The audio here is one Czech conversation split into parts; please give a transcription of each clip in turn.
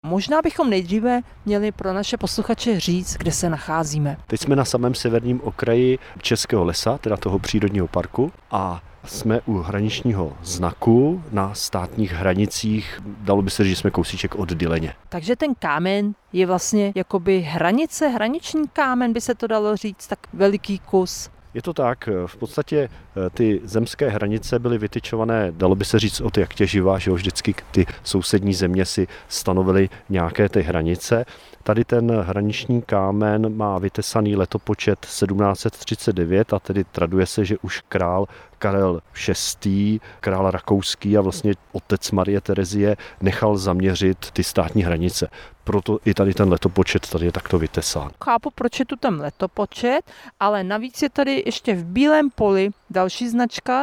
Možná bychom nejdříve měli pro naše posluchače říct, kde se nacházíme. Teď jsme na samém severním okraji Českého lesa, teda toho přírodního parku, a jsme u hraničního znaku na státních hranicích. Dalo by se říct, že jsme kousíček od Dyleně. Takže ten kámen je vlastně jakoby hraniční kámen, by se to dalo říct, tak veliký kus. Je to tak, v podstatě ty zemské hranice byly vytyčované, dalo by se říct od jak těživa, že vždycky ty sousední země si stanovily nějaké ty hranice. Tady ten hraniční kámen má vytesaný letopočet 1739 a tedy traduje se, že už král Karel VI., král rakouský a vlastně otec Marie Terezie nechal zaměřit ty státní hranice. Proto i tady ten letopočet tady je takto vytesán. Chápu, proč je tu ten letopočet, ale navíc je tady ještě v bílém poli další značka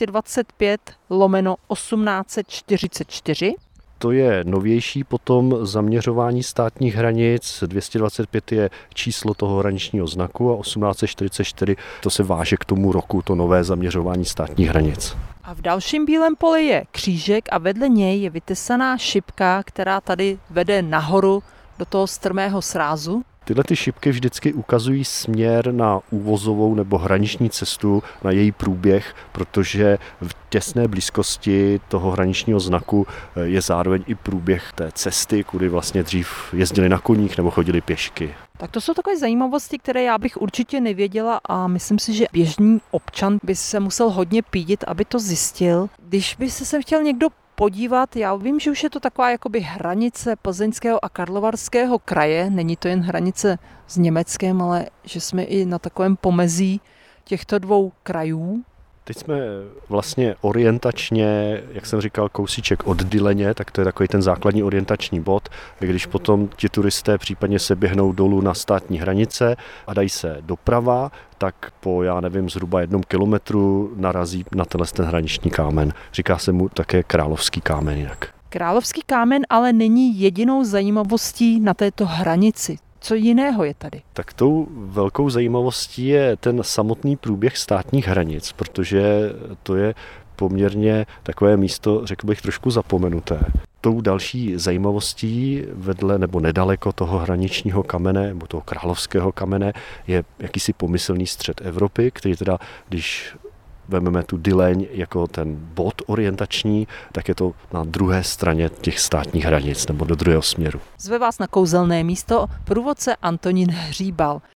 225/1844. To je novější potom zaměřování státních hranic. 225 je číslo toho hraničního znaku a 1844 to se váže k tomu roku, to nové zaměřování státních hranic. A v dalším bílém poli je křížek a vedle něj je vytesaná šipka, která tady vede nahoru do toho strmého srázu. Tyhle ty šipky vždycky ukazují směr na úvozovou nebo hraniční cestu, na její průběh, protože v těsné blízkosti toho hraničního znaku je zároveň i průběh té cesty, kudy vlastně dřív jezdili na koních nebo chodili pěšky. Tak to jsou takové zajímavosti, které já bych určitě nevěděla a myslím si, že běžný občan by se musel hodně pídit, aby to zjistil. Když by se sem chtěl někdo podívat, já vím, že už je to taková jakoby hranice Plzeňského a Karlovarského kraje, není to jen hranice s Německem, ale že jsme i na takovém pomezí těchto dvou krajů. Teď jsme vlastně orientačně, jak jsem říkal, kousíček od Dyleně, tak to je takový ten základní orientační bod. Když potom ti turisté případně se běhnou dolů na státní hranice a dají se doprava, tak po, zhruba 1 kilometru narazí na ten hraniční kámen. Říká se mu také Královský kámen jinak. Královský kámen ale není jedinou zajímavostí na této hranici. Co jiného je tady? Tak tou velkou zajímavostí je ten samotný průběh státních hranic, protože to je poměrně takové místo, řekl bych, trošku zapomenuté. Tou další zajímavostí vedle nebo nedaleko toho hraničního kamene nebo toho Královského kamene je jakýsi pomyslný střed Evropy, který teda, když vezmeme tu Dyleň jako ten bod orientační, tak je to na druhé straně těch státních hranic nebo do druhého směru. Zve vás na kouzelné místo průvodce Antonín Hříbal.